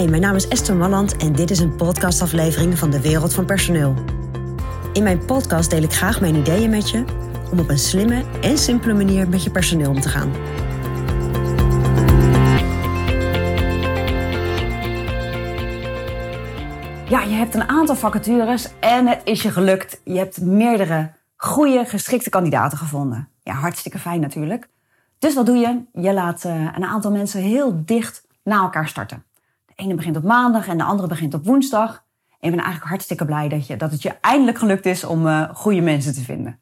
Hi, mijn naam is Esther Malland en dit is een podcastaflevering van de Wereld van Personeel. In mijn podcast deel ik graag mijn ideeën met je om op een slimme en simpele manier met je personeel om te gaan. Ja, je hebt een aantal vacatures en het is je gelukt. Je hebt meerdere goede, geschikte kandidaten gevonden. Ja, hartstikke fijn natuurlijk. Dus wat doe je? Je laat een aantal mensen heel dicht na elkaar starten. De ene begint op maandag en de andere begint op woensdag. En je bent eigenlijk hartstikke blij dat het je eindelijk gelukt is om goede mensen te vinden.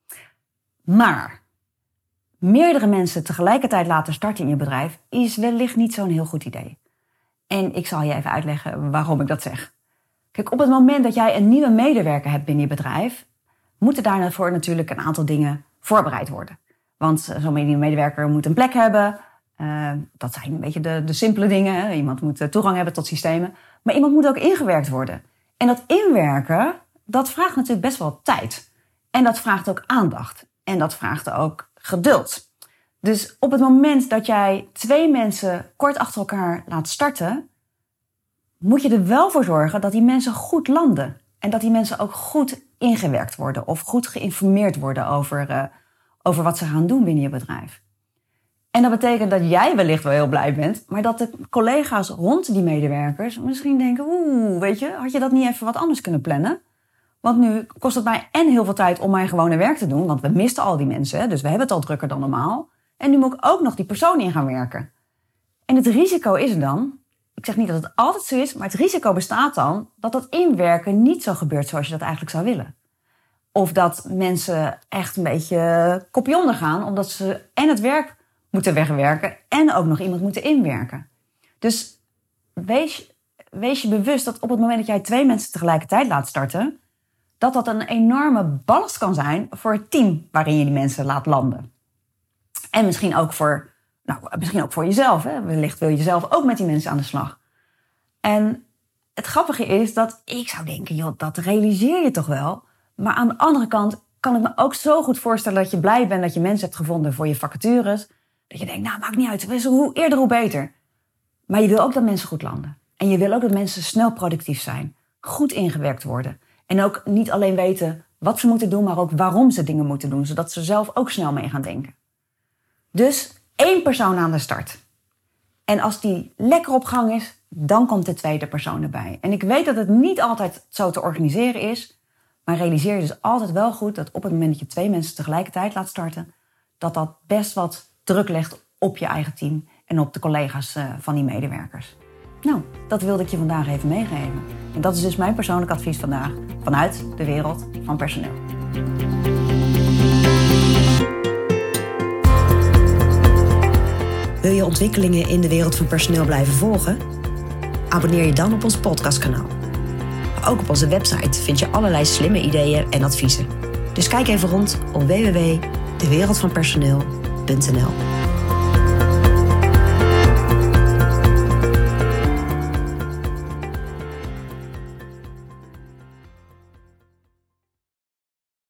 Maar meerdere mensen tegelijkertijd laten starten in je bedrijf is wellicht niet zo'n heel goed idee. En ik zal je even uitleggen waarom ik dat zeg. Kijk, op het moment dat jij een nieuwe medewerker hebt binnen je bedrijf, moeten daarvoor natuurlijk een aantal dingen voorbereid worden. Want zo'n nieuwe medewerker moet een plek hebben. Dat zijn een beetje de simpele dingen. Hè. Iemand moet toegang hebben tot systemen. Maar iemand moet ook ingewerkt worden. En dat inwerken, dat vraagt natuurlijk best wel tijd. En dat vraagt ook aandacht. En dat vraagt ook geduld. Dus op het moment dat jij 2 mensen kort achter elkaar laat starten, moet je er wel voor zorgen dat die mensen goed landen. En dat die mensen ook goed ingewerkt worden of goed geïnformeerd worden over wat ze gaan doen binnen je bedrijf. En dat betekent dat jij wellicht wel heel blij bent, maar dat de collega's rond die medewerkers misschien denken, weet je, had je dat niet even wat anders kunnen plannen? Want nu kost het mij en heel veel tijd om mijn gewone werk te doen, want we misten al die mensen, dus we hebben het al drukker dan normaal. En nu moet ik ook nog die persoon in gaan werken. En het risico is er dan, ik zeg niet dat het altijd zo is, maar het risico bestaat dan dat dat inwerken niet zo gebeurt zoals je dat eigenlijk zou willen. Of dat mensen echt een beetje kopje onder gaan, omdat ze en het werk moeten wegwerken en ook nog iemand moeten inwerken. Dus wees je bewust dat op het moment dat jij 2 mensen tegelijkertijd laat starten, dat een enorme ballast kan zijn voor het team waarin je die mensen laat landen. En misschien ook voor jezelf. Hè? Wellicht wil je zelf ook met die mensen aan de slag. En het grappige is dat ik zou denken, joh, dat realiseer je toch wel. Maar aan de andere kant kan ik me ook zo goed voorstellen dat je blij bent dat je mensen hebt gevonden voor je vacatures. Dat je denkt, nou, maakt niet uit. Hoe eerder, hoe beter. Maar je wil ook dat mensen goed landen. En je wil ook dat mensen snel productief zijn. Goed ingewerkt worden. En ook niet alleen weten wat ze moeten doen, maar ook waarom ze dingen moeten doen. Zodat ze zelf ook snel mee gaan denken. Dus 1 persoon aan de start. En als die lekker op gang is, dan komt de tweede persoon erbij. En ik weet dat het niet altijd zo te organiseren is. Maar realiseer je dus altijd wel goed dat op het moment dat je 2 mensen tegelijkertijd laat starten, dat best wat druk legt op je eigen team en op de collega's van die medewerkers. Nou, dat wilde ik je vandaag even meegeven. En dat is dus mijn persoonlijk advies vandaag vanuit de wereld van personeel. Wil je ontwikkelingen in de wereld van personeel blijven volgen? Abonneer je dan op ons podcastkanaal. Ook op onze website vind je allerlei slimme ideeën en adviezen. Dus kijk even rond op www.dewereldvanpersoneel.nl.